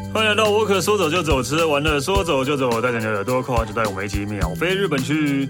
欢迎来到沃克，说走就走，吃完了说走就走，带着你的耳朵扣好就带我们一起秒飞日本去。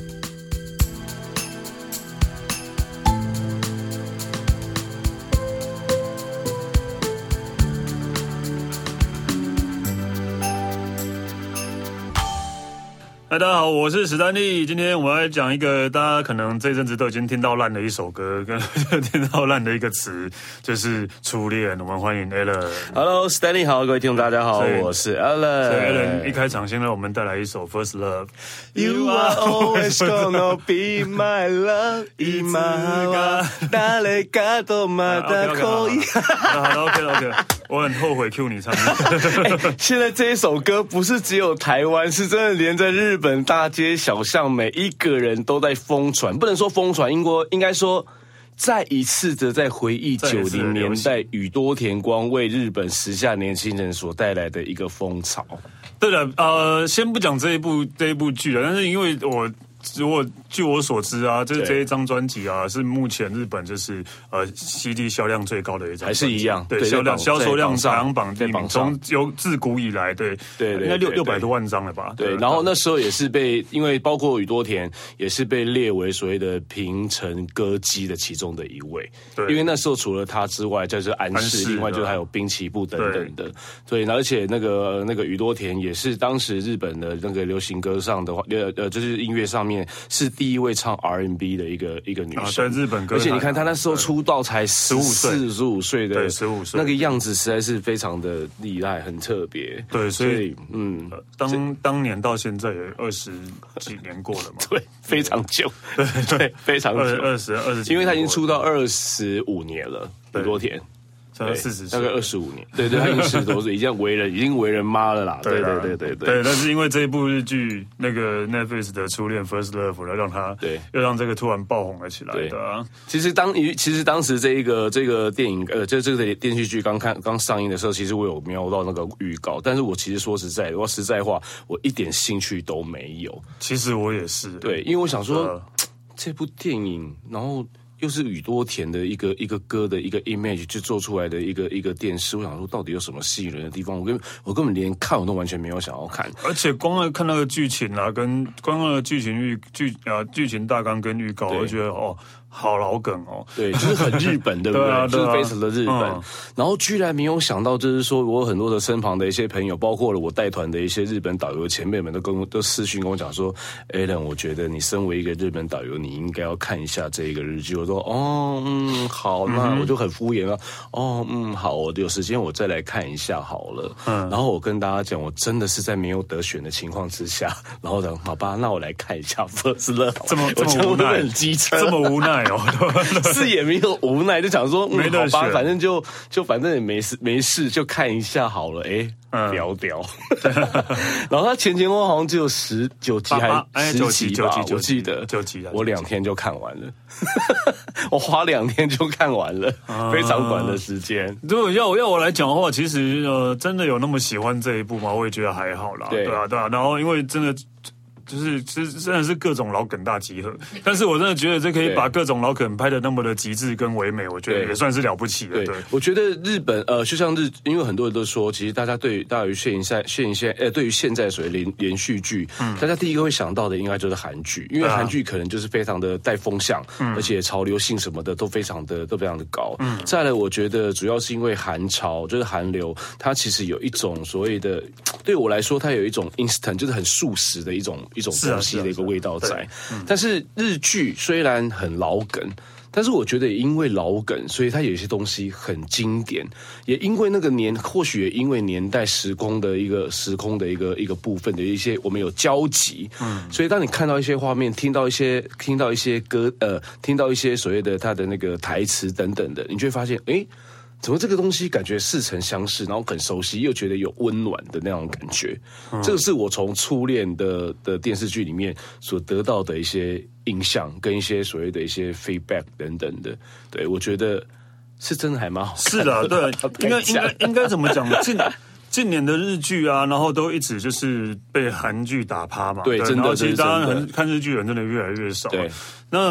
大家好，我是史丹利。今天我们来讲一个大家可能这阵子都已经听到烂的一首歌，跟听到烂的一个词，就是初恋。我们欢迎 Alan。Hello， 史丹利好，各位听众大家好，我是 Alan。 所以 Alan 一开场先让我们带来一首 First Love。You are always gonna be my love。今は誰かとまた恋。 好了 ，OK， 我很后悔 Q 你唱。 现在这一首歌不是只有台湾，是真的连在日本大街小巷，每一个人都在疯传，不能说疯传，应该说再一次的在回忆90年代宇多田光为日本时下年轻人所带来的一个风潮。 对了，先不讲这一部剧了，但是因为据我所知啊，就是这一张专辑啊，是目前日本就是CD 销量最高的一张， 还是一样， 对，销售量排行榜第一名，从自古以来，对，应该600多万张了吧？ 对，然后那时候也是因为包括宇多田也是被列为所谓的平成歌姬的其中的一位，对，因为那时候除了他之外，就是安室，另外就还有滨崎步等等的，对，而且那个宇多田也是当时日本的那个流行歌上的话，就是音乐上面是第一位唱 R&B 的一个女生， 在日本歌， 而且你看她那时候出道才15岁的， 对，15岁， 那个样子实在是非常的厉害，很特别。 对，所以当年到现在也20几年过了嘛， 对，非常久，对，非常久 ，20几， 因为她已经出道25年了，宇多田。 大概40岁， 大概25年，对，他已经40多岁，已经为人妈了啦。对， 但是因为这一部日剧，那个 Netflix 的初恋 First Love， 又让这个突然爆红了起来的啊。 其实当时这个电影，这个电视剧刚上映的时候，其实我有瞄到那个预告，但是我其实说实在话，我一点兴趣都没有。 其实我也是， 对，因为我想说这部电影，然后又是宇多田的一个歌的一个 image 就做出来的一个电视，我想说到底有什么吸引人的地方？我根本连看我都完全没有想要看， 而且光看那个剧情啊，跟光那个剧情大纲跟预告，我就觉得好老梗哦， 对，就是很日本，对不对？对啊，就是非常的日本。然后居然没有想到，就是说我有很多的身旁的一些朋友，包括了我带团的一些日本导游前辈们，都私讯跟我讲说 ，Alan， 我觉得你身为一个日本导游，你应该要看一下这一个日剧。我说，好，那我就很敷衍了，好，我有时间我再来看一下好了。然后我跟大家讲，我真的是在没有得选的情况之下，然后讲，好吧，那我来看一下 First Love， 这么无奈， 很机车， 这么无奈。 是也没有无奈，就想说没得选， 好吧，反正就反正也没事，就看一下好了。屌。然后他前后好像只有19集还10集吧，我记得 9集， 我2天就看完了，我花2天就看完了，非常短的时间。 如果要我来讲的话，其实真的有那么喜欢这一部吗？我也觉得还好啦，对啊。然后因为真的。就是真的是各种老梗大集合，但是我真的觉得这可以把各种老梗拍得那么的极致跟唯美，我觉得也算是了不起的。对， 我觉得日本就像因为很多人都说，其实大家对于对于现在所谓连续剧，大家第一个会想到的应该就是韩剧，因为韩剧可能就是非常的带风向，而且潮流性什么的都非常的高。再来，我觉得主要是因为韩潮就是韩流，它其实有一种所谓的，对我来说，它有一种 instant， 就是很速食的一种东西的一个味道在。但是日剧虽然很老梗，但是我觉得也因为老梗，所以它有一些东西很经典，也因为那个或许也因为年代时空的一个部分的一些我们有交集，所以当你看到一些画面，听到一些歌，听到一些所谓的它的那个台词等等的，你就会发现，怎么这个东西感觉似曾相识，然后很熟悉，又觉得有温暖的那种感觉。这个是我从初恋的电视剧里面所得到的一些印象，跟一些所谓的一些 feedback 等等的。对，我觉得是真的还蛮好看的。 是的，对，应该怎么讲？近年的日剧啊，然后都一直就是被韩剧打趴嘛。 对，真的。 然后其实大家看日剧人真的越来越少。 对， 那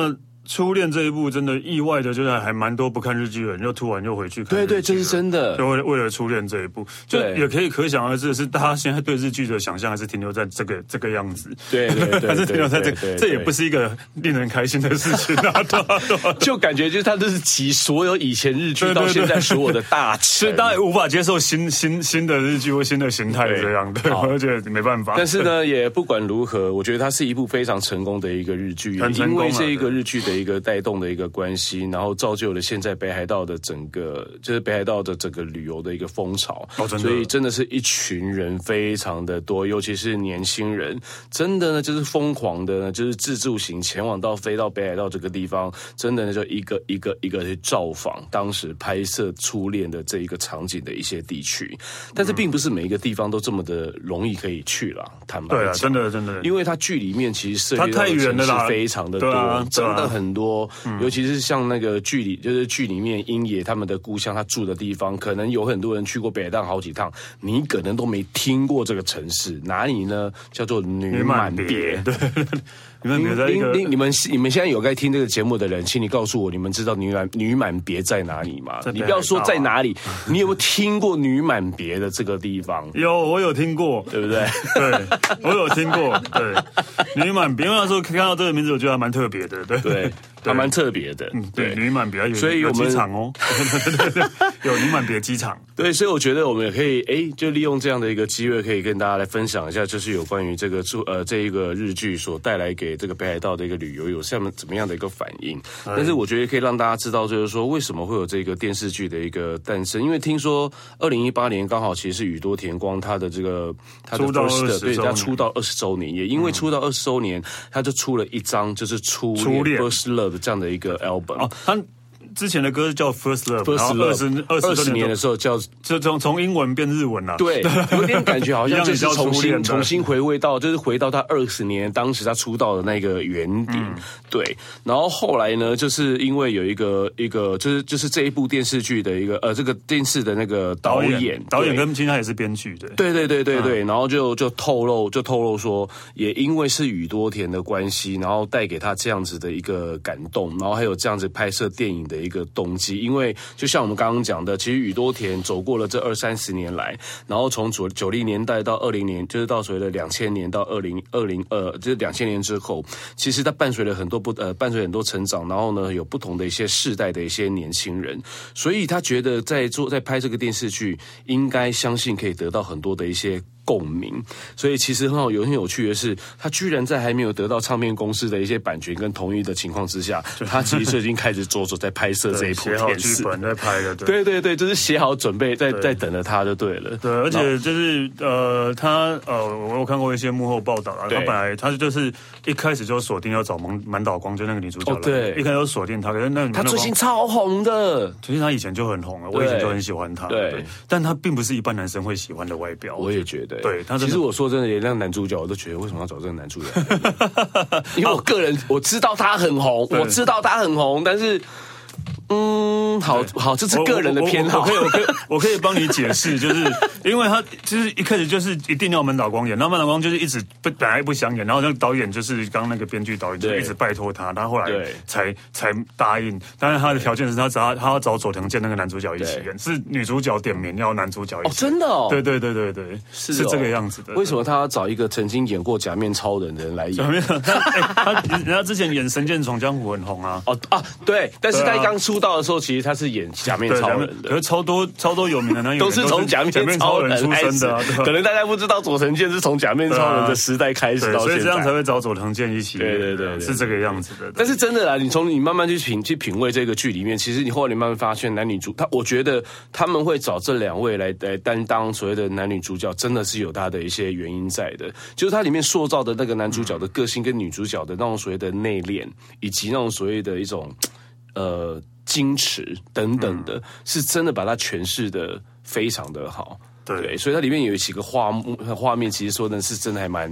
初恋这一部真的意外的，就是还蛮多不看日剧的人又突然又回去看。 对，这是真的。 就为了初恋这一部，就也可以可想而知的是，大家现在对日剧的想象还是停留在这个样子。 对， 还是停留在这也不是一个令人开心的事情啊。对， 就感觉就是他就是集所有以前日剧到现在所有的大成， 所以大家无法接受新的日剧或新的形态这样。对，我就觉得没办法。 但是呢，也不管如何，我觉得它是一部非常成功的一个日剧，因为这一个日剧的一个带动的一个关系，然后造就了现在北海道的整个旅游的一个风潮。所以真的是一群人非常的多，尤其是年轻人，真的呢就是疯狂的呢，就是自助行前往飞到北海道这个地方，真的呢就一个去造访当时拍摄初恋的这一个场景的一些地区。但是并不是每一个地方都这么的容易可以去啦，坦白讲。 对啊，真的， 因为它剧里面其实涉及到的城市非常的多，真的很多。尤其是像那个剧里面鹰野他们的故乡，他住的地方，可能有很多人去过北海道好几趟，你可能都没听过这个城市，哪里呢？叫做女满别。 对。你们现在有在听这个节目的人，请你告诉我，你们知道女满别在哪里吗？你不要说在哪里，你有没有听过女满别的这个地方？ 我有听过， 对不对？ 对，我有听过。对，女满别，因为那时候看到这个名字，我觉得还蛮特别的。对， 还蛮特别的。 对，女满别有机场哦，有女满别机场。 对，所以我觉得我们也可以就利用这样的一个机会，可以跟大家来分享一下，就是有关于这一个日剧所带来给这个北海道的一个旅游有怎么样的一个反应。但是我觉得可以让大家知道，就是说为什么会有这个电视剧的一个诞生。因为听说2018年刚好其实是宇多田光他的 first 对他出道20周年，也因为出道20周年，他就出了一张就是初恋 First Love 这样的一个 album。 他之前的歌是叫 First Love， 然后20年的时候就从英文变日文了。 对，有点感觉好像就是重新回味到，就是回到他20年当时他出道的那个原点。对，然后后来呢，就是因为有一个就是这一部电视剧的一个这个电视的那个导演跟其实他也是编剧的。 对，然后就透露说，也因为是宇多田的关系，然后带给他这样子的一个感动，然后还有这样子拍摄电影的一个动机。因为就像我们刚刚讲的，其实宇多田走过了这20-30年来，然后从90年代到20年，就是到所谓的2000年到2022，就是2000年之后，其实他伴随很多成长，然后呢有不同的一些世代的一些年轻人，所以他觉得在拍这个电视剧，应该相信可以得到很多的一些共鸣。所以其实很有趣的是，他居然在还没有得到唱片公司的一些版权跟同意的情况之下，他其实就已经开始着手在拍摄这一部电视， 写好剧本在拍的。 对，就是写好准备在等着他就对了。 对，而且就是我有看过一些幕后报道啊，他本来他就是一开始就锁定要找满岛光，就那个女主角， 对， 一开始就锁定她，可是她最近超红的， 其实她以前就很红了，我以前就很喜欢她，对，但她并不是一般男生会喜欢的外表， 我也觉得。 对， 其实我说真的，连那个男主角我都觉得，为什么要找这个男主角？因为我个人我知道他很红，但是。好，这是个人的偏好。 我可以帮你解释，就是因为他就是一开始就是一定要满岛光演，然后满岛光就是一直本来不想演，然后那个导演就是刚那个编剧导演就一直拜托他，他后来才答应。当然他的条件是他要找佐藤健那个男主角一起演，是女主角点名要男主角一起。 真的哦。 对，是这个样子的。 为什么他要找一个曾经演过假面超人的人来演？ 人家之前演《神剑闯江湖》很红啊。 对，但是他刚出道的时候，其实他是演假面超人的， 可是超多有名的男演员都是从假面超人出身的， 可能大家不知道佐藤健是从假面超人的时代开始到现在， 所以这样才会找佐藤健一起。 对， 是这个样子的。 但是真的啦，你慢慢去品味这个剧里面，其实你后来慢慢发现男女主，我觉得他们会找这两位来担当所谓的男女主角，真的是有他的一些原因在的。就是他里面塑造的那个男主角的个性跟女主角的那种所谓的内敛，以及那种所谓的一种矜持等等的，是真的把它诠释的非常的好。对，所以它里面有几个画面，其实说的是真的还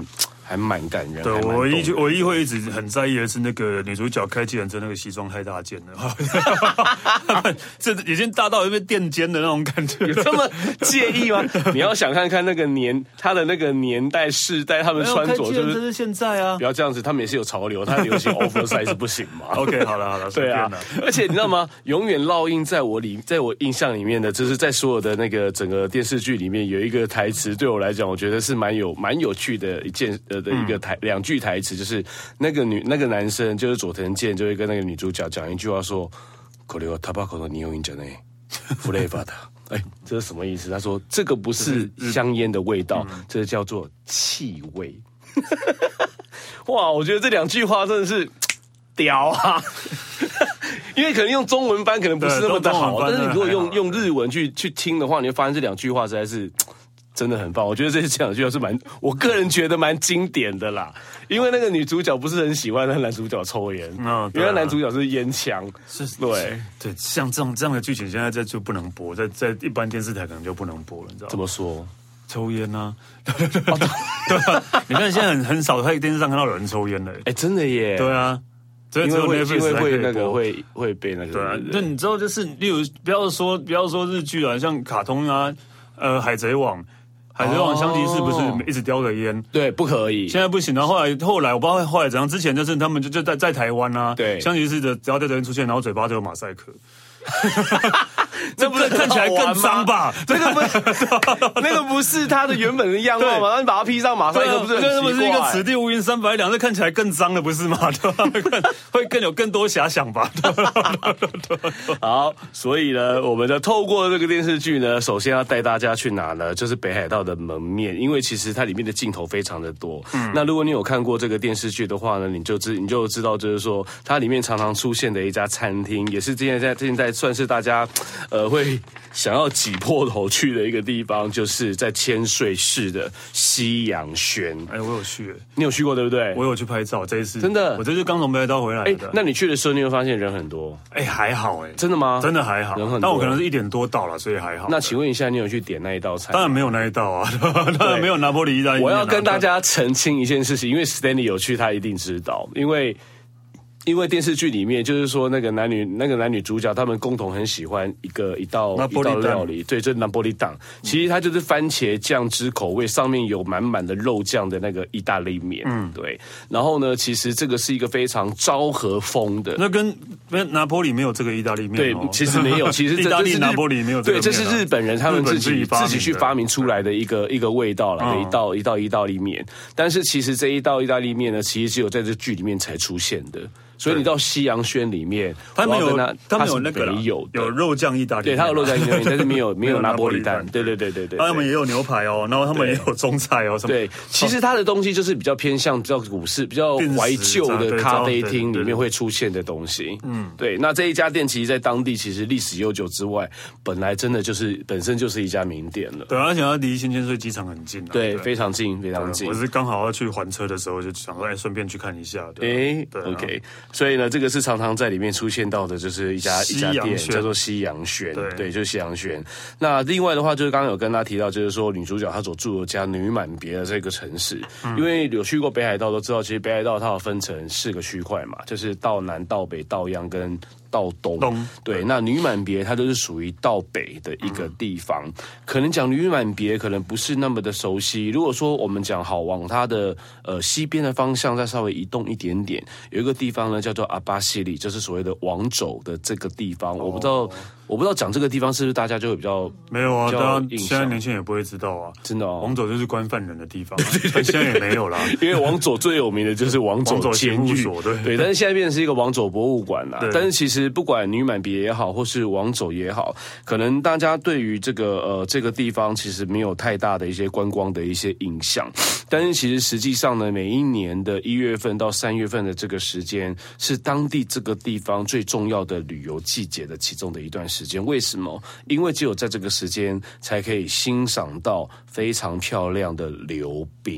还蛮感人。 对，我唯一会一直很在意的是那个女主角开计程车那个西装太大件了，这已经大到有点垫肩的那种感觉， 有这么介意吗？你要想看看那个他的那个年代世代，他们穿着就是。 这是现在啊， 不要这样子，他们也是有潮流，他流行 oversize 不行吗 ？OK， 好了， 对啊，而且你知道吗？永远烙印在我印象里面的，就是在所有的那个整个电视剧里面有一个台词，对我来讲，我觉得是蛮有趣的一个两句台词，就是那个男生就是佐藤健就会跟那个女主角讲一句话说，これはタバコの匂いじゃない、フレーバーだ。哎，这是什么意思？他说这个不是香烟的味道，这叫做气味。哇，我觉得这两句话真的是屌啊！因为可能用中文翻可能不是那么的好，但是你如果用日文去听的话，你会发现这两句话实在是真的很棒。我觉得这两句话是我个人觉得蛮经典的啦。因为那个女主角不是很喜欢那男主角抽烟，因为男主角是烟枪，对， 像这样的剧情现在就不能播，在一般电视台可能就不能播了，你知道吗？ 怎么说？ 抽烟啊，对啊，你看现在很少在电视上看到有人抽烟了， 哎，真的耶， 对啊， 因为会那个会被那个， 对啊，那你知道就是，例如不要说日剧啊，像卡通啊，海贼王香吉士不是一直叼着烟， 对，不可以， 现在不行。然后后来我不知道后来怎样，之前就是他们就在台湾啊， 对， 香吉士的只要在这边出现，然后嘴巴就有马赛克。这不是看起来更脏吧？ 那个不是他的原本的样貌吗？那你把它披上马赛克，不是很奇怪？ 那不是一个此地无银三百两，这看起来更脏了，不是吗？会有更多遐想吧？ 好，所以呢，我们就透过这个电视剧呢，首先要带大家去哪呢？就是北海道的门面，因为其实它里面的镜头非常的多。那如果你有看过这个电视剧的话呢，你就知道，就是说它里面常常出现的一家餐厅，也是现在算是大家会想要挤破头去的一个地方，就是在千岁市的西洋轩。 哎，我有去， 你有去过对不对？ 我有去拍照，这一次真的， 我这次刚从北海道回来的。 哎，那你去的时候，你会发现人很多？ 哎，还好哎， 真的吗？ 真的还好， 人很多。 但我可能是1点多到了，所以还好。 那请问一下，你有去点那一道菜？ 当然没有那一道啊，当然没有拿破里意大利面。 我要跟大家澄清一件事情，因为 Stanley 有去，他一定知道，因为电视剧里面就是说那个男女主角他们共同很喜欢一道料理，对，就是拿破里档。其实它就是番茄酱汁口味，上面有满满的肉酱的那个意大利面。对。然后呢，其实这个是一个非常昭和风的。 那跟拿破里没有这个意大利面。 对，其实没有，其实意大利拿破里没有这个面。 对，这是日本人他们自己去发明出来的一个味道了的一道意大利面。但是其实这一道意大利面呢，其实只有在这剧里面才出现的。所以你到西洋轩里面， 他们有那个有肉酱意大利面， 对，他有肉酱意大利面，但是没有拿破里蛋，对。 他们也有牛排哦，然后他们也有中菜哦，什么？ 对，其实它的东西就是比较偏向比较古式、比较怀旧的咖啡厅里面会出现的东西。对。那这一家店其实，在当地其实历史悠久之外，本来真的本身就是一家名店了。 对，而且它离新千岁机场很近。 对，非常近，非常近。 我是刚好要去还车的时候，就想说，哎，顺便去看一下。 对 ，OK。所以呢，这个是常常在里面出现到的，就是一家店叫做西洋轩，对，就是西洋轩。那另外的话，就是刚刚有跟他提到，就是说女主角她所住的家女满别的这个城市，因为有去过北海道都知道，其实北海道它有分成4个区块嘛，就是道南、道北、道央跟道东。对，那女满别它就是属于道北的一个地方。可能讲女满别可能不是那么的熟悉。如果说我们讲好往它的西边的方向再稍微移动一点点，有一个地方呢叫做阿巴西里，就是所谓的王走的这个地方。我不知道讲这个地方是不是大家就会比较没有啊？当然现在年轻人也不会知道啊， 真的哦。 王走就是关犯人的地方，但现在也没有啦。 因为王走最有名的就是王走监狱，对，但是现在变成是一个王走博物馆啦。但是其实不管女满别也好，或是王走也好，可能大家对于这个地方其实没有太大的一些观光的一些印象。但是其实实际上呢，每一年的1月份到3月份的这个时间，是当地这个地方最重要的旅游季节的其中的一段时间。为什么？因为只有在这个时间才可以欣赏到非常漂亮的流冰。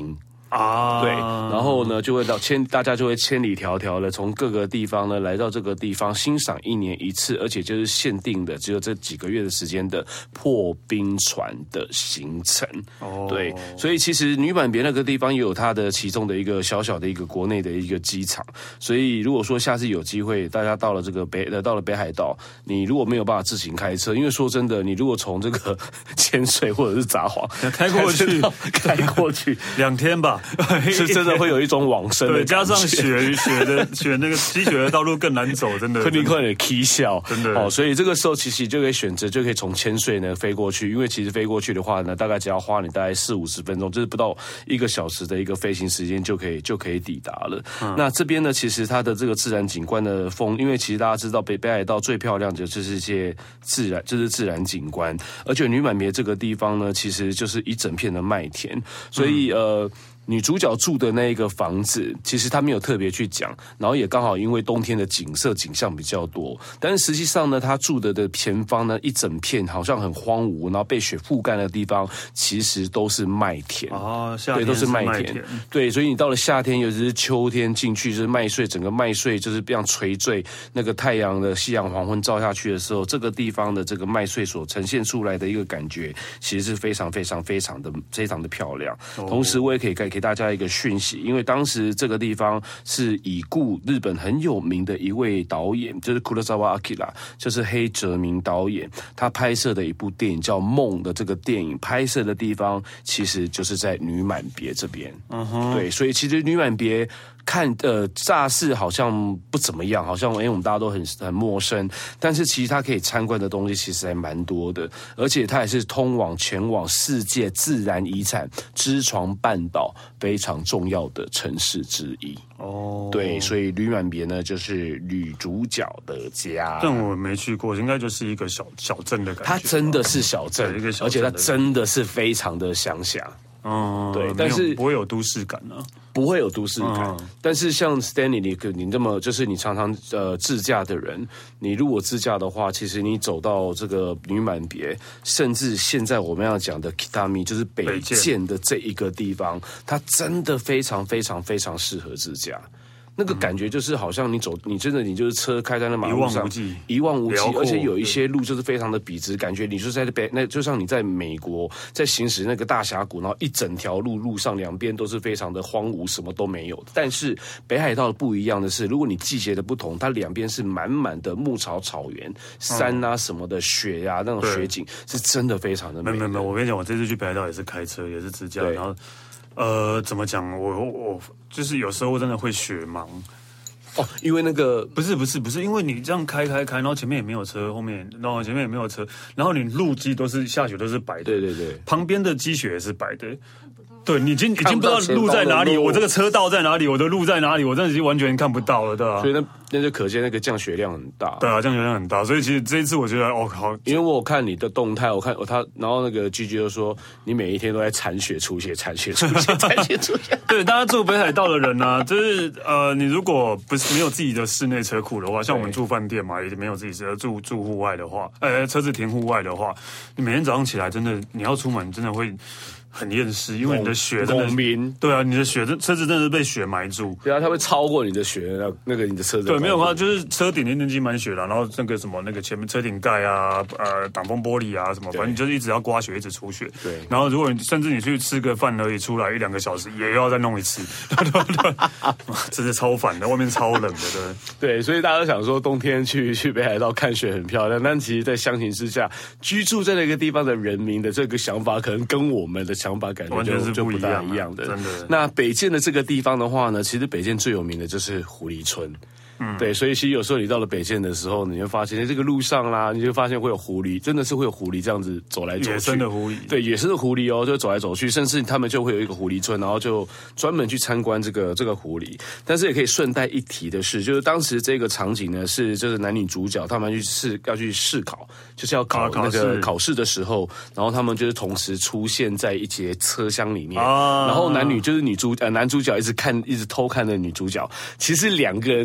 对，然后呢就会大家就会千里迢迢的从各个地方呢来到这个地方欣赏1年1次，而且就是限定的，只有这几个月的时间的破冰船的行程。对，所以其实女满别那个地方也有它的其中的一个小小的一个国内的一个机场，所以如果说下次有机会，大家到了北海道，你如果没有办法自行开车，因为说真的，你如果从这个千岁或者是札幌开过去 2天吧， 是真的会有一种往生的感觉。 对，加上雪那个积雪的道路更难走，真的。 你快点起笑， 真的。 所以这个时候其实就可以选择，就可以从千岁呢飞过去，因为其实飞过去的话呢，大概只要花你大概40-50分钟，就是不到1个小时的一个飞行时间就可以抵达了。那这边呢，其实它的这个自然景观的因为其实大家知道北海道最漂亮的就是一些自然景观，而且女满别这个地方呢，其实就是一整片的麦田，所以女主角住的那一个房子，其实她没有特别去讲，然后也刚好因为冬天的景象比较多，但是实际上呢，她住的前方呢，一整片好像很荒芜，然后被雪覆盖的地方，其实都是麦田对， 都是麦田，对，所以你到了夏天，尤其是秋天进去，就是整个麦穗就是这样垂坠，那个太阳的夕阳黄昏照下去的时候，这个地方的这个麦穗所呈现出来的一个感觉，其实是非常的漂亮。同时，我也可以给大家一个讯息，因为当时这个地方是已故日本很有名的一位导演，就是 Kurosawa Akira， 就是黑泽明导演，他拍摄的一部电影叫《梦》的这个电影拍摄的地方，其实就是在女满别这边。对，所以其实女满别乍视好像不怎么样，好像我们大家都很陌生，但是其实它可以参观的东西其实还蛮多的，而且它也是前往世界自然遗产知床半岛非常重要的城市之一。对，所以女满别呢就是女主角的家。 但我没去过，应该就是一个小镇的感觉。 它真的是小镇，而且它真的是非常的乡下。对，但是不会有都市感啊。 不会有都市感，但是像 Stanley 你这么就是你常常自驾的人，你如果自驾的话，其实你走到这个女满别，甚至现在我们要讲的 Kitami 就是北见的这一个地方，它真的非常非常非常适合自驾。那个感觉就是好像你就是车开在那马路上一望无际，而且有一些路就是非常的笔直，感觉你就是就像你在美国在行驶那个大峡谷，然后一整条路上两边都是非常的荒芜，什么都没有。但是北海道不一样的是，如果你季节的不同，它两边是满满的牧草草原、山啊什么的雪啊，那种雪景是真的非常的美。 没有，我跟你讲，我这次去北海道也是开车，也是自驾，然后。怎么讲？我就是有时候真的会雪盲因为那个不是，因为你这样开，然后前面也没有车，后面然后前面也没有车，然后你路基都是下雪都是白的， 对， 旁边的积雪也是白的。对，你已经不知道路在哪里，我这个车道在哪里，我的路在哪里，我真的已经完全看不到了，对吧？ 所以那就可见那个降雪量很大。 对啊，降雪量很大，所以其实这一次我觉得好， 因为我有看你的动态，我看他，然后那个 GG 就说你每一天都在铲雪出血。 对，大家住北海道的人呢，就是你如果不是没有自己的室内车库的话，像我们住饭店嘛，也没有自己车，住户外的话，车子停户外的话，你每天早上起来真的你要出门真的会。很厌世，因为你的雪真的，对啊，你的雪车子真的是被雪埋住， 对啊，它会超过你的雪，那个你的车子， 对，没有的话就是车顶已经满雪了，然后那个什么那个前面车顶盖啊，挡风玻璃啊什么，反正你就是一直要刮雪，一直出雪， 对， 然后如果你甚至你去吃个饭而已，出来1-2个小时也要再弄一次，真是超烦的，外面超冷的， 对，所以大家都想说冬天去北海道看雪很漂亮，但其实在相形之下，居住在那个地方的人民的这个想法，可能跟我们的想法感觉就不大一样的。 真的。 那北见的这个地方的话呢，其实北见最有名的就是狐狸村。对，所以其实有时候你到了北见的时候，你会发现这个路上啦，你就发现会有狐狸，真的是会有狐狸这样子走来走去。 野生的狐狸。 对，野生的狐狸就走来走去，甚至他们就会有一个狐狸村，然后就专门去参观这个狐狸。但是也可以顺带一提的是，就是当时这个场景呢，就是男女主角他们要去试考，就是要考那个考试的时候，然后他们就是同时出现在一节车厢里面，然后男主角一直偷看着女主角，其实2个人都互相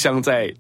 相在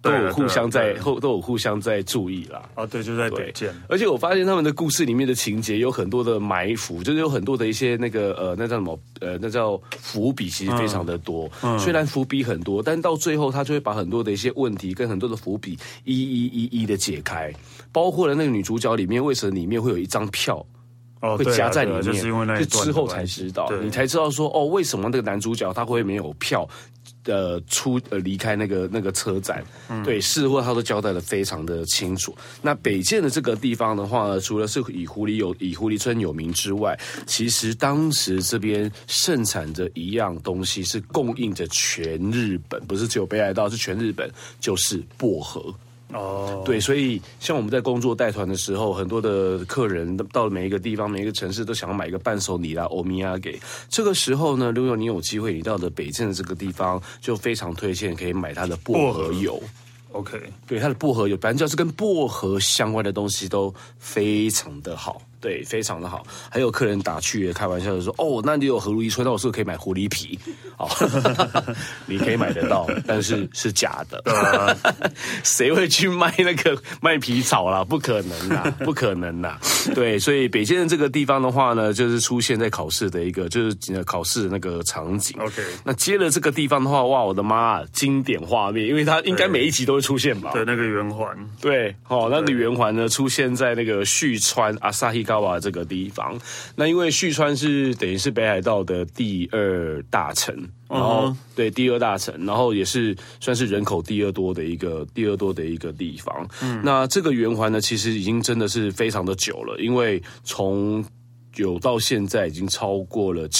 注意啦。 啊，对，就在北建。 而且我发现他们的故事里面的情节有很多的埋伏，就是有很多的一些那个那叫什么那叫伏笔，其实非常的多。虽然伏笔很多，但到最后他就会把很多的一些问题跟很多的伏笔一的解开，包括了那个女主角里面为什么里面会有一张票。会夹在里面， 就是因为那一段之后才知道，你才知道说为什么那个男主角他会没有票离开那个车站，对，事后他都交代的非常的清楚。那北建的这个地方的话呢，除了是以狐狸村有名之外，其实当时这边盛产着一样东西，是供应着全日本，不是只有北海道，是全日本，就是薄荷。对，所以像我们在工作带团的时候，很多的客人到了每一个地方、每一个城市，都想要买一个伴手礼啦、欧米亚给。这个时候呢，如果你有机会，你到了北建的这个地方，就非常推荐可以买它的薄荷油。 OK， 对，它的薄荷油，反正就是跟薄荷相关的东西都非常的好。对，非常的好。还有客人打趣也开玩笑的说：“那你有狐狸村，那我是不是可以买狐狸皮？”你可以买得到，但是是假的。谁会去卖皮草啦？不可能啦，不可能啦。对，所以北建的这个地方的话呢，就是出现在考试的一个，就是考试的那个场景。 OK， 那接了这个地方的话，哇，我的妈，经典画面，因为它应该每一集都会出现吧？ 对，那个圆环。 对，那个圆环呢出现在那个旭川阿萨希高瓦这个地方。那因为旭川是等于是北海道的第二大城，然后对第二大城，然后也是算是人口第二多的一个地方。那这个圆环呢，其实已经真的是非常的久了，因为从有到现在已经超过了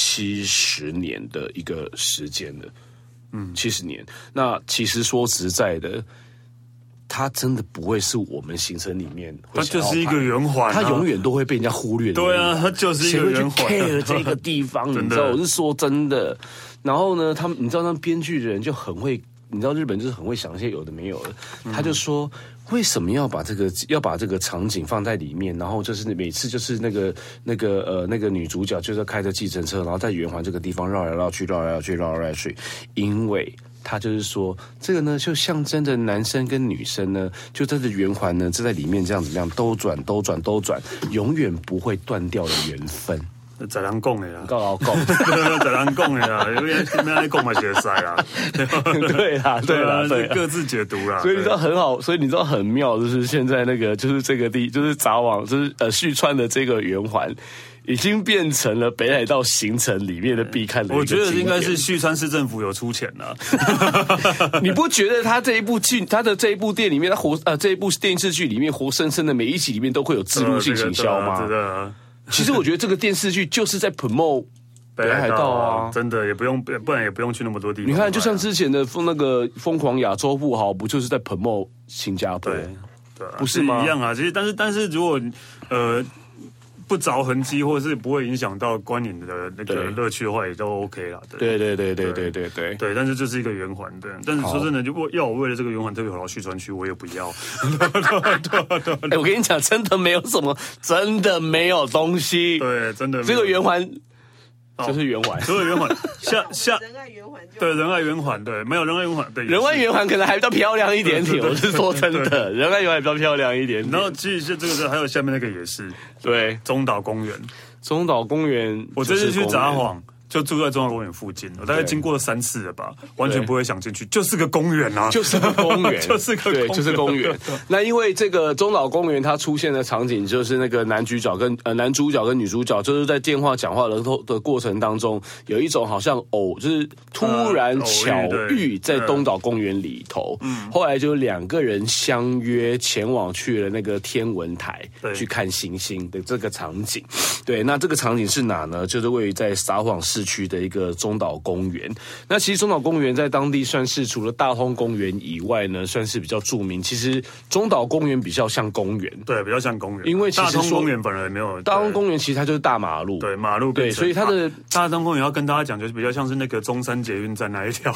70年的一个时间了。70年。那其实说实在的，它真的不会是我们行程里面， 它就是一个圆环， 它永远都会被人家忽略的。 对啊，它就是一个圆环。 谁会去 care 这个地方？你知道，我是说真的。然后呢，你知道，那编剧的人就很会，你知道日本就是很会想一些有的没有的。他就说，为什么要把这个场景放在里面？然后就是每次就是那个女主角就是开着计程车，然后在圆环这个地方绕来绕去，因为他就是说，这个呢就象征着男生跟女生呢，就在这圆环呢，就在里面这样怎么样兜转，永远不会断掉的缘分。 在人讲的啦， 告讲， 在人讲的啦，因为没人讲嘛，写塞啦， 对啦， 各自解读啦。 所以你知道很好，所以你知道很妙，就是现在那个就是这个就是札幌，就是旭川的这个圆环。已经变成了北海道行程里面的必看的一个景点。 我觉得应该是旭川市政府有出钱了。 你不觉得他这一部电里面，这一部电视剧里面活生生的每一集里面都会有植入性行销吗？其实我觉得这个电视剧就是在 promote 北海道啊， 真的也不用，不然也不用去那么多地方。 你看，就像之前的那个疯狂亚洲富豪，不就是在 promote 新加坡？ 对， 不是吗？ 一样啊。其实，但是如果不着痕迹，或者是不会影响到观影的那个乐趣的话，也都 OK 啦。 对， 但是这是一个圆环的。但是说真的，就要我为了这个圆环特别跑到旭川去，我也不要。 我跟你讲，真的没有什么，真的没有东西。 对，真的这个圆环。就是圆环， 所有圆环下仁爱圆环，对仁爱圆环，对没有仁爱圆环，对仁爱圆环可能还比较漂亮一点点，我是说真的，仁爱圆环比较漂亮一点。 然后其实这个还有下面那个也是， 对中岛公园， 我这次去札幌。就住在中岛公园附近，我大概经过了3次了吧，完全不会想进去，就是个公园啊， 就是个公园， 就是公园。那因为这个中岛公园它出现的场景就是那个男主角跟女主角就是在电话讲话的过程当中，有一种好像就是突然巧遇在东岛公园里头，后来就2个人相约前往去了那个天文台去看星星的这个场景。对，那这个场景是哪呢？就是位于在札幌市区的一个中岛公园。那其实中岛公园在当地算是除了大通公园以外呢，算是比较著名。其实中岛公园比较像公园， 对，比较像公园。 因为其实大通公园本来没有， 大通公园其实它就是大马路， 对，马路对，所以它的大通公园要跟大家讲，就是比较像是那个中山捷运站那一条，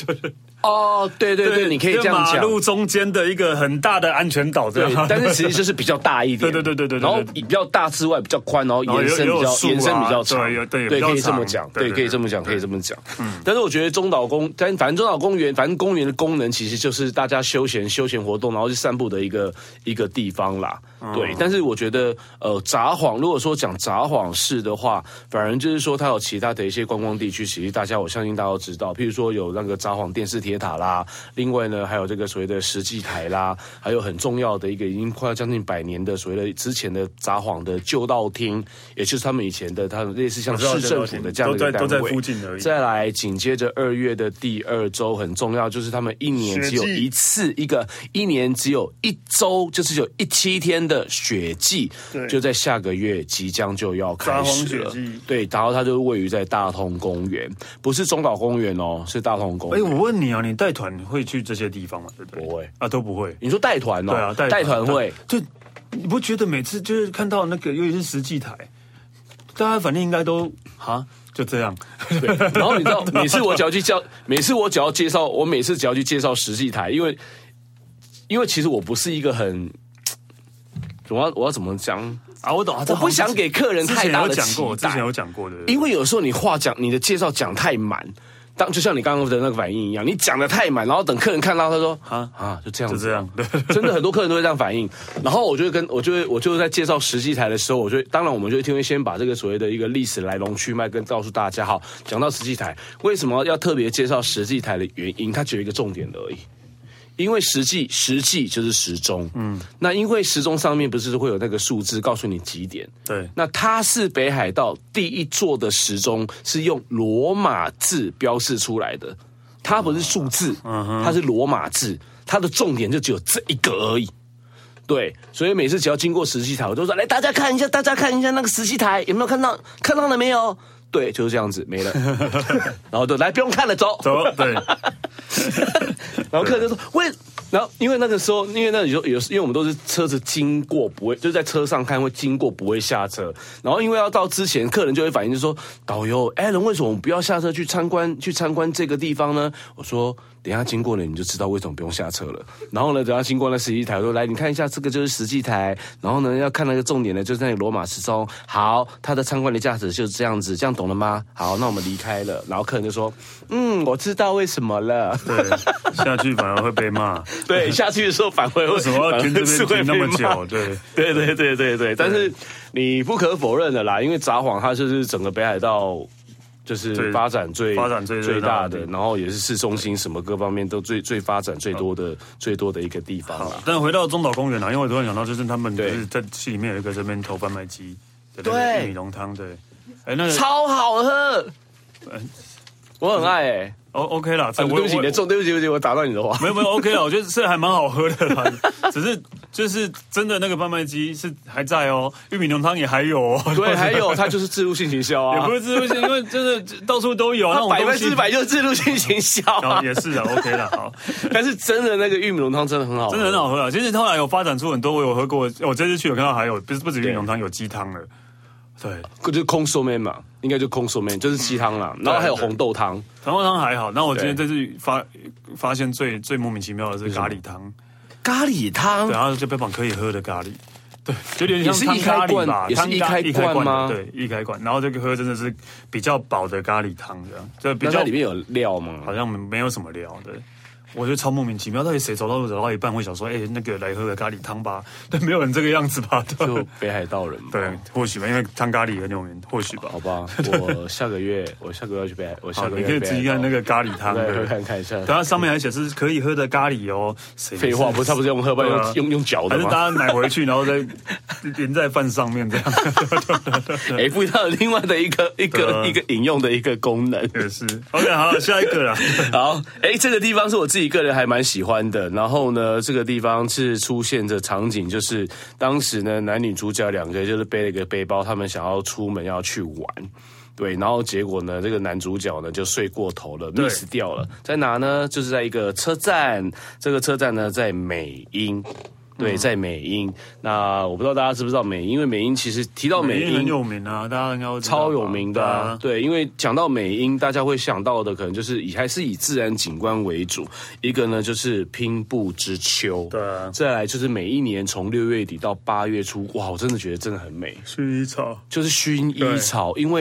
对，你可以这样讲， 马路中间的一个很大的安全岛，对， 但是其实就是比较大一点， 对， 然后比较大之外比较宽，然后延伸比较长，对，可以这么讲。 对，可以这么讲，可以这么讲。但是我觉得反正中岛公园，反正公园的功能其实就是大家休闲活动，然后去散步的一个地方啦。对，但是我觉得札幌，如果说讲札幌市的话，反而就是说它有其他的一些观光地区，其实我相信大家都知道，譬如说有那个札幌电视铁塔啦，另外呢还有这个所谓的石祭台啦，还有很重要的一个已经快要将近100年的所谓的之前的札幌的旧道厅，也就是他们以前的类似像市政府的这样的一个单位， 都在附近而已。 再来紧接着2月的第2周很重要，就是他们一年只有一次，一年只有1周，就是有17天的雪祭，就在下个月即将就要开始了。对，然后它就位于在大通公园，不是中岛公园哦，是大通公园。 我问你啊，你带团会去这些地方吗？对不对？ 不会啊，都不会。 你说带团哦？ 对啊， 带团会。 就你不觉得每次就是看到那个，尤其是石祭台，大家反正应该都就这样。 对，然后你知道，每次我只要介绍，我每次只要去介绍石祭台，因为其实我不是一个很。我要怎么讲啊？我懂， 我不想给客人太大的期待。 之前有讲过的， 因为有时候你的介绍讲太满，就像你刚刚的那个反应一样，你讲的太满，然后等客人看到他说就这样子， 就这样， 真的很多客人都会这样反应。然后我就在介绍石祭台的时候，当然我们就会先把这个所谓的一个历史来龙去脉跟告诉大家。好，讲到石祭台，为什么要特别介绍石祭台的原因，它只有一个重点而已。因为石祭就是时钟，那因为时钟上面不是会有那个数字告诉你几点， 对， 那它是北海道第一座的时钟，是用罗马字标示出来的，它不是数字，它是罗马字，它的重点就只有这一个而已。对，所以每次只要经过石祭台，我都说来大家看一下那个石祭台有没有看到了没有？对，就是这样子，没了。然后就来不用看了，走。 对。 然后客人就说然后因为那个时候，因为我们都是车子经过不会，就是在车上看会经过不会下车。然后因为要到之前，客人就会反映就说，导游Alan为什么我们不要下车去参观这个地方呢？我说等一下经过了你就知道为什么不用下车了。然后呢，等一下经过那石祭台，我说来你看一下这个就是石祭台。然后呢要看那个重点的就是那个罗马时钟。好，它的参观的价值就是这样子，这样懂了吗？好，那我们离开了。然后客人就说，我知道为什么了。 对，下去反而会被骂。 对，下去的时候反而为什么要停这边停那么久？ 对。但是你不可否认的啦，因为札幌它就是整个北海道就是发展最大的，然后也是市中心，什么各方面都最发展最多的一个地方啦。 但回到中岛公园因为我突然想到，就是他们就是在戏里面有一个这边投贩卖机的那个玉米浓汤，对，那个超好喝，我很爱 OK 啦， 对不起，对不起，我打断你的话。 没有 OK 啦，我觉得是还蛮好喝的啦，只是就是真的那个贩卖机是还在哦，玉米浓汤也还有哦。 对，还有它就是置入性行销啊， 也不是置入性，因为真的到处都有， 它100%就是置入性行销啊。 也是的 OK 啦，好。 但是真的那个玉米浓汤真的很好喝， 真的很好喝啊。其实后来有发展出很多，我有喝过，我这次去有看到还有不止玉米浓汤，有鸡汤了。对， 就是空寿面嘛，应该就空寿面，就是鸡汤啦，然后还有红豆汤， 红豆汤还好。那我今天这次发现最莫名其妙的是咖喱汤， 对， 然后就标榜可以喝的咖喱，对，就有点像汤咖喱吧， 也是一开罐吗？ 对，一开罐，然后这个喝真的是比较饱的咖喱汤这样，就比较里面有料吗？ 好像没有什么料的。我觉得超莫名其妙，到底谁走到一半会想说，那个来喝个咖喱汤吧？但没有人这个样子吧？ 就北海道人， 对，或许吧，因为汤咖喱很有名，或许吧。 好吧，我下个月要去北海， 你可以自己看那个咖喱汤， 对，看一下。 它上面还写是可以喝的咖喱哦。 废话，不是他不是用喝，不然用嚼的吗？ 还是大家买回去，然后再淋在饭上面这样？ 附到另外的一个饮用的一个功能。 也是。OK， 好，下一个啦。 好，这个地方是我自己个人还蛮喜欢的。然后呢，这个地方是出现着场景，就是当时呢男女主角2个就是背了一个背包，他们想要出门要去玩。对，然后结果呢，这个男主角呢就睡过头了 ，miss 掉了，在哪呢？就是在一个车站，这个车站呢在美瑛。对，在美瑛。那我不知道大家知不知道美瑛，因为美瑛其实提到美瑛很有名啊，大家应该都知道超有名的啊。对，因为讲到美瑛，大家会想到的可能就是还是以自然景观为主。一个呢就是拼布之丘， 对啊， 再来就是每一年从6月底到8月初，哇，我真的觉得真的很美。 薰衣草就是薰衣草，因为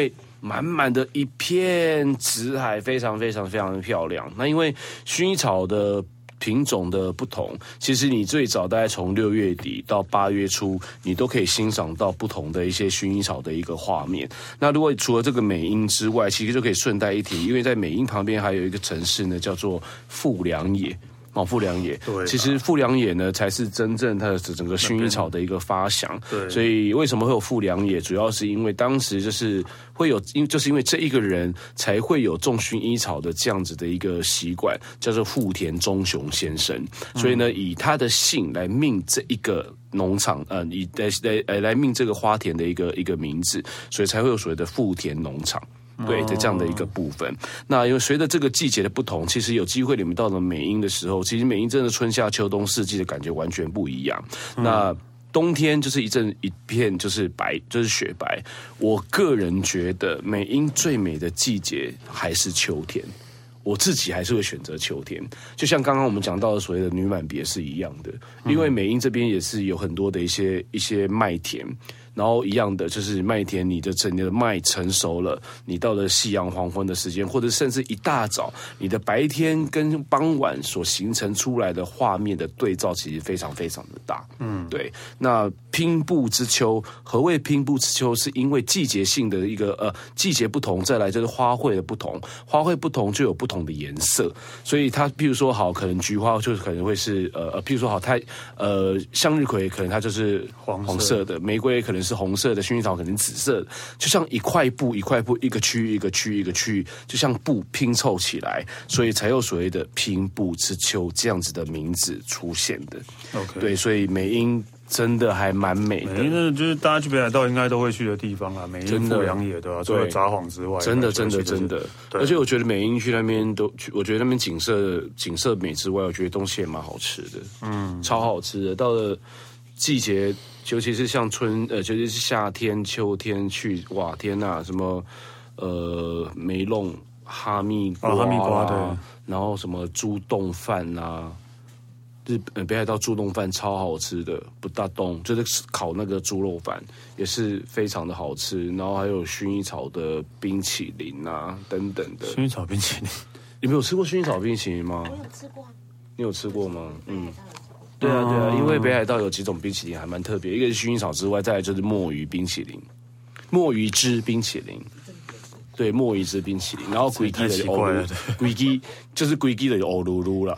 满满的一片紫海，非常非常非常的漂亮。那因为薰衣草的品种的不同，其实你最早大概从6月底到8月初，你都可以欣赏到不同的一些薰衣草的一个画面。那如果除了这个美瑛之外，其实就可以顺带一提，因为在美瑛旁边还有一个城市呢，叫做富良野。富良野，其实富良野呢才是真正它的整个薰衣草的一个发祥。对，所以为什么会有富良野，主要是因为当时就是会有，就是因为这一个人才会有种薰衣草的这样子的一个习惯，叫做富田忠雄先生。所以呢，以他的姓来命这一个农场，来命这个花田的一个名字，所以才会有所谓的富田农场。对的，这样的一个部分。那因为随着这个季节的不同，其实有机会你们到了美瑛的时候，其实美瑛真的春夏秋冬四季的感觉完全不一样。那冬天就是一片就是白，就是雪白。我个人觉得美瑛最美的季节还是秋天。我自己还是会选择秋天，就像刚刚我们讲到的所谓的女满别是一样的，因为美瑛这边也是有很多的一些麦田。然后一样的就是麦田，你的麦成熟了，你到了夕阳黄昏的时间，或者甚至一大早，你的白天跟傍晚所形成出来的画面的对照，其实非常非常的大。对。那拼布之秋，何谓拼布之秋？是因为季节性的一个季节不同，再来就是花卉的不同，花卉不同就有不同的颜色，所以它譬如说好，可能菊花就可能会是譬如说好，它向日葵可能它就是黄色的，玫瑰可能是红色的，薰衣草可能紫色的，就像一块布一块布，一个区域一个区域一个区域，就像布拼凑起来，所以才有所谓的拼布之秋这样子的名字出现的。对，所以美瑛真的还蛮美的， 美瑛就是大家去北海道应该都会去的地方啊，美瑛富良野对吧？除了札幌之外， 真的，而且我觉得美瑛去那边我觉得那边景色美之外，我觉得东西也蛮好吃的，超好吃的。到了季节，尤其是像尤其是夏天、秋天去，哇，天哪，什么梅弄、哈密瓜对，然后什么猪冻饭啊。北海道猪冻饭超好吃的，不大冻就是烤那个猪肉饭也是非常的好吃，然后还有薰衣草的冰淇淋啊等等的。 薰衣草冰淇淋， 你们有吃过薰衣草冰淇淋吗？ 我有吃过。 你有吃过吗？对啊，因为北海道有几种冰淇淋还蛮特别，一个是薰衣草之外，再来就是墨鱼冰淇淋，墨鱼汁冰淇淋。对，墨鱼汁冰淇淋，然后龟鸡的欧露，龟鸡就是龟鸡的欧露露了。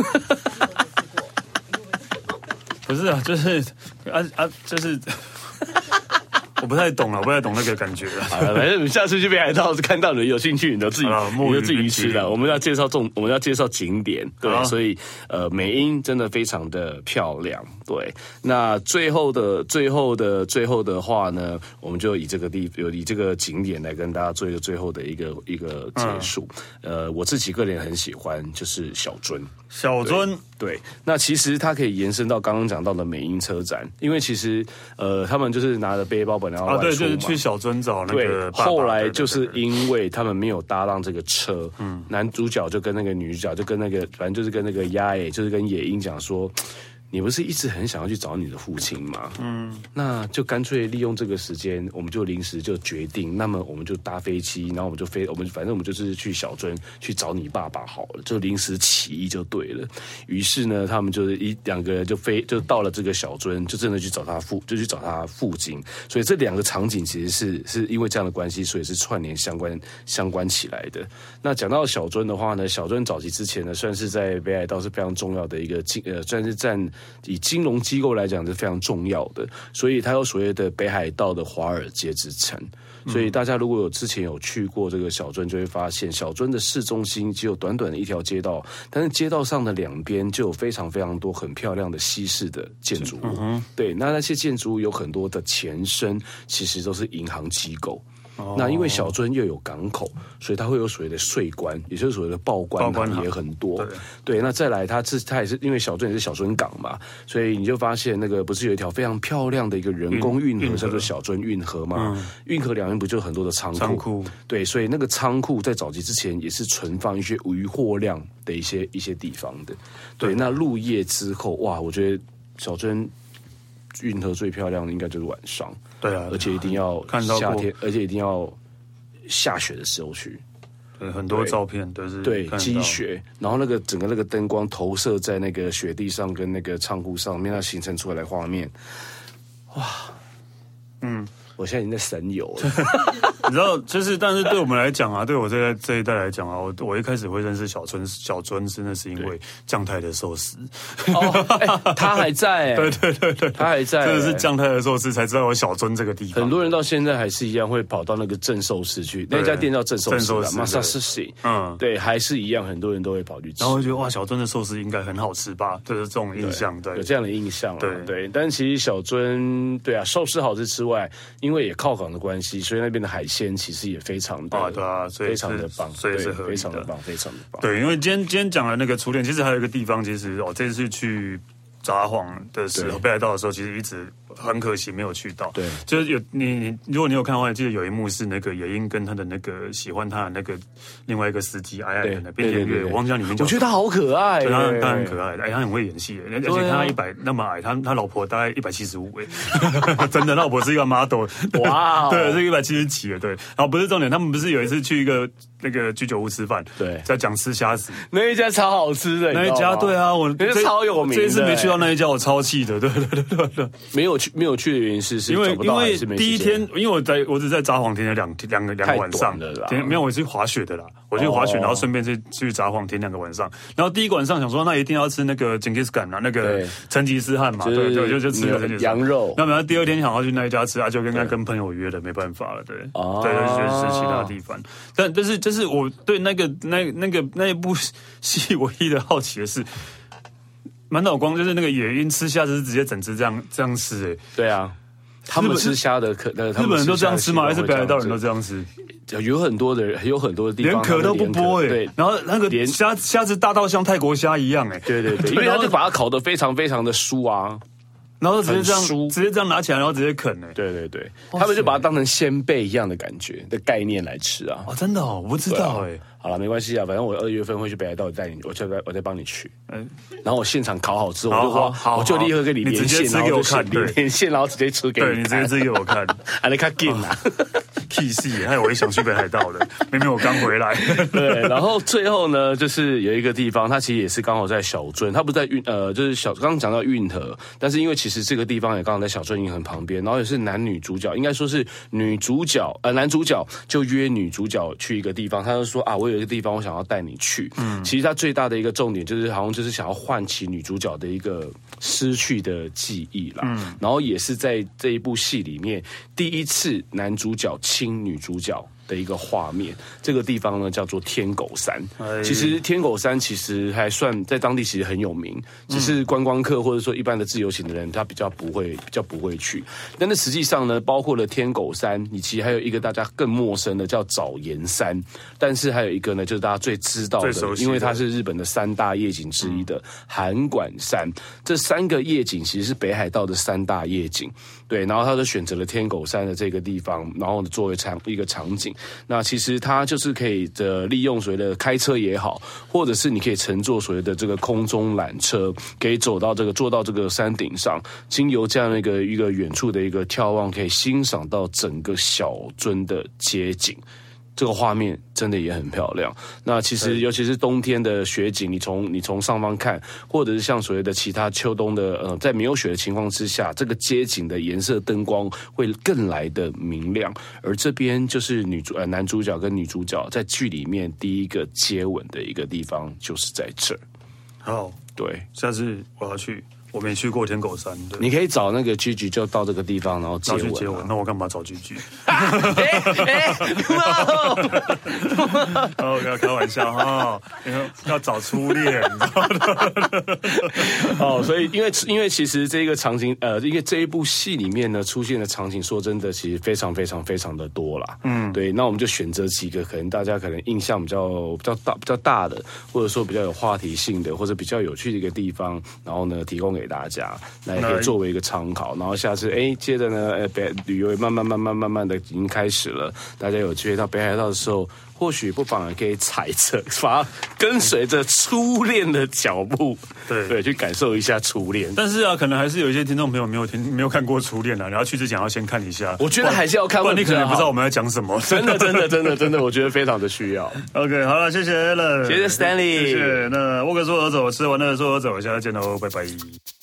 不是啊，就是就是，我不太懂那个感觉。 好了，反正你下次去北海道是看到你有兴趣，你就自己吃了。我们要介绍景点，对，所以美瑛真的非常的漂亮。对，那最后的话呢，我们就以这个景点来跟大家做一个最后的一个结束。我自己个人很喜欢，就是小樽。对，那其实它可以延伸到刚刚讲到的美瑛车站，因为其实他们就是拿着背包本来要外出嘛， 对，就是去小樽找那个爸爸。 后来就是因为他们没有搭上这个车，男主角就跟那个女主角就跟那个反正就是跟那个就是跟野樱讲说。你不是一直很想要去找你的父亲吗？那就干脆利用这个时间，我们就临时就决定，那么我们就搭飞机，然后反正我们就是去小樽去找你爸爸好了，就临时起意就对了。于是呢，他们就是两个人就到了这个小樽，就真的去找他父亲。所以这两个场景其实是因为这样的关系，所以是串联相关起来的。那讲到小樽的话呢，小樽早期之前呢，算是在北海道是非常重要的一个算是以金融机构来讲是非常重要的，所以它有所谓的北海道的华尔街之称。所以大家如果之前有去过这个小樽，就会发现小樽的市中心只有短短的一条街道，但是街道上的两边就有非常非常多很漂亮的西式的建筑物。对，那些建筑物有很多的前身其实都是银行机构。那因为小樽又有港口，所以它会有所谓的税关，也就是所谓的报关也很多。对，那再来它也是因为小樽也是小樽港嘛，所以你就发现那个不是有一条非常漂亮的一个人工运河叫做小樽运河吗？运河两边不就有很多的仓库？对，所以那个仓库在早期之前也是存放一些渔获量的一些地方的。对，那入夜之后，哇，我觉得小樽运河最漂亮的应该就是晚上。 对啊， 而且一定要夏天，而且一定要下雪的时候去。 对，很多照片都是对积雪，然后那个整个那个灯光投射在那个雪地上跟那个仓库上面，它形成出来的画面，哇，我现在已经在神游了。 你知道，就是但是对我们来讲啊，对我这一代来讲啊，我一开始会认识小尊，真的是因为酱太的寿司。 他还在， 对， 他还在， 真的是酱太的寿司才知道有小尊这个地方。 很多人到现在还是一样会跑到那个正寿司去，那家店叫正寿司，Masashi，对，还是一样，很多人都会跑去吃。 然后我觉得哇，小尊的寿司应该很好吃吧？就是这种印象，对， 有这样的印象，对。但其实小尊，对啊，寿司好吃之外，因为也靠港的关系，所以那边的海鲜其实也非常的对啊，所以非常的棒， 所以是非常的棒，非常的棒。 对，因为今天讲的那个初恋，其实还有一个地方，其实这次去札幌的时候，北海道的时候，其实一直很可惜没有去到。 对， 就是有你，如果你有看的话，记得有一幕是那个野樱跟他的那个喜欢他的那个另外一个司机矮的那边田月，我忘记叫里面叫。 我觉得他好可爱， 对，他很可爱，他很会演戏，而且他100那么矮，他老婆大概175，真的，他老婆是一个 model， 哇，对，是170几的，对。然后不是重点，他们不是有一次去一个那个居酒屋吃饭， 对， 在讲吃虾子， 那一家超好吃的， 那一家对啊，我那超有名， 这一次没去到那一家，我超气的，对， 没有去的原因是因为第一天，因为我只在札幌停了两个晚上，没有，我去滑雪的啦，我去滑雪，然后顺便去札幌停2个晚上，然后第一个晚上想说那一定要吃那个成吉思汗啊，那个成吉思汗嘛，对，就吃了成吉思汗羊肉， 那么第二天想要去那一家吃啊，就跟朋友约了，没办法了，对，对，就是其他地方，但是就是我对那一部戏唯一的好奇的是。满岛光就是那个野樱吃虾子是直接整只这样吃对啊，他们吃虾的日本人都这样吃吗？还是北海道人都这样吃？ 有很多的地方连壳都不剥对，然后那个虾子大到像泰国虾一样对，因为他就把它烤得非常非常的酥啊。 然后直接这样拿起来，然后直接啃对，他们就把它当成鲜贝一样的感觉的概念来吃啊。 真的我不知道好了，没关系啊，反正我2月份会去北海道带你，我再帮你去。然后我现场烤好之后，我就立刻跟你连线，然后连线，然后直接吃给你。 对，你直接吃给我看。 你看 game 啊 ，K 戏，害我也想去北海道了。明明我刚回来。 对，然后最后呢，就是有一个地方，它其实也是刚好在小樽，它不在就是刚刚讲到运河，但是因为其实这个地方也刚好在小樽运河旁边，然后也是男女主角，应该说是男主角就约女主角去一个地方，他就说啊，我有一个地方我想要带你去。其实他最大的一个重点就是好像就是想要唤起女主角的一个失去的记忆啦。然后也是在这一部戏里面第一次男主角亲女主角的一个画面，这个地方呢叫做天狗山。其实天狗山其实还算在当地其实很有名，只是观光客或者说一般的自由行的人他比较不会去。但是实际上呢，包括了天狗山，以及还有一个大家更陌生的叫藻岩山，但是还有一个呢就是大家最知道的，因为它是日本的3大夜景之一的函馆山。这3个夜景其实是北海道的3大夜景。对，然后他就选择了天狗山的这个地方，然后作为一个场景。那其实它就是可以利用所谓的开车也好，或者是你可以乘坐所谓的这个空中缆车，可以坐到这个山顶上，经由这样的一个远处的一个眺望，可以欣赏到整个小樽的街景。这个画面真的也很漂亮。那其实尤其是冬天的雪景，你从上方看，或者是像所谓的其他秋冬的在没有雪的情况之下，这个街景的颜色灯光会更来的明亮。而这边就是男主角跟女主角在剧里面第一个接吻的一个地方，就是在这儿。 好， 对， 下次我要去。我没去过天狗山，对， 你可以找那个 Gigi 就到这个地方，然后接吻。 那我干嘛找 Gigi？ 我跟他开玩笑哈，要找初恋，你知道吗？所以因为其实这个场景，因为这一部戏里面呢出现的场景，说真的，其实非常非常非常的多啦。对，那我们就选择几个可能大家印象比较大的，或者说比较有话题性的，或者比较有趣的一个地方，然后呢提供给大家，那也可以作为一个参考。然后下次接着呢，旅游也慢慢的已经开始了。大家有机会到北海道的时候， 或许不妨也可以踩着，跟随着初恋的脚步，对，去感受一下初恋。 但是啊，可能还是有一些听众朋友没有看过初恋啊，然后去之前要先看一下。 我觉得还是要看， 不然你可能不知道我们在讲什么。 真的，我觉得非常的需要。 OK， 好了，谢谢 Alan， 谢谢 Stanley， 谢谢。那沃克说而走，吃完了说而走，下次见喽，拜拜。